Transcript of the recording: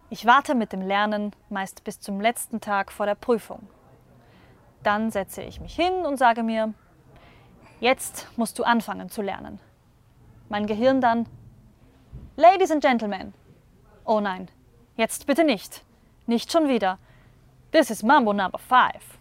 Ich warte mit dem Lernen meist bis zum letzten Tag vor der Prüfung. Dann setze ich mich hin und sage mir, jetzt musst du anfangen zu lernen. Mein Gehirn dann, Ladies and Gentlemen. Oh nein, jetzt bitte nicht. Nicht schon wieder. This is Mambo number 5.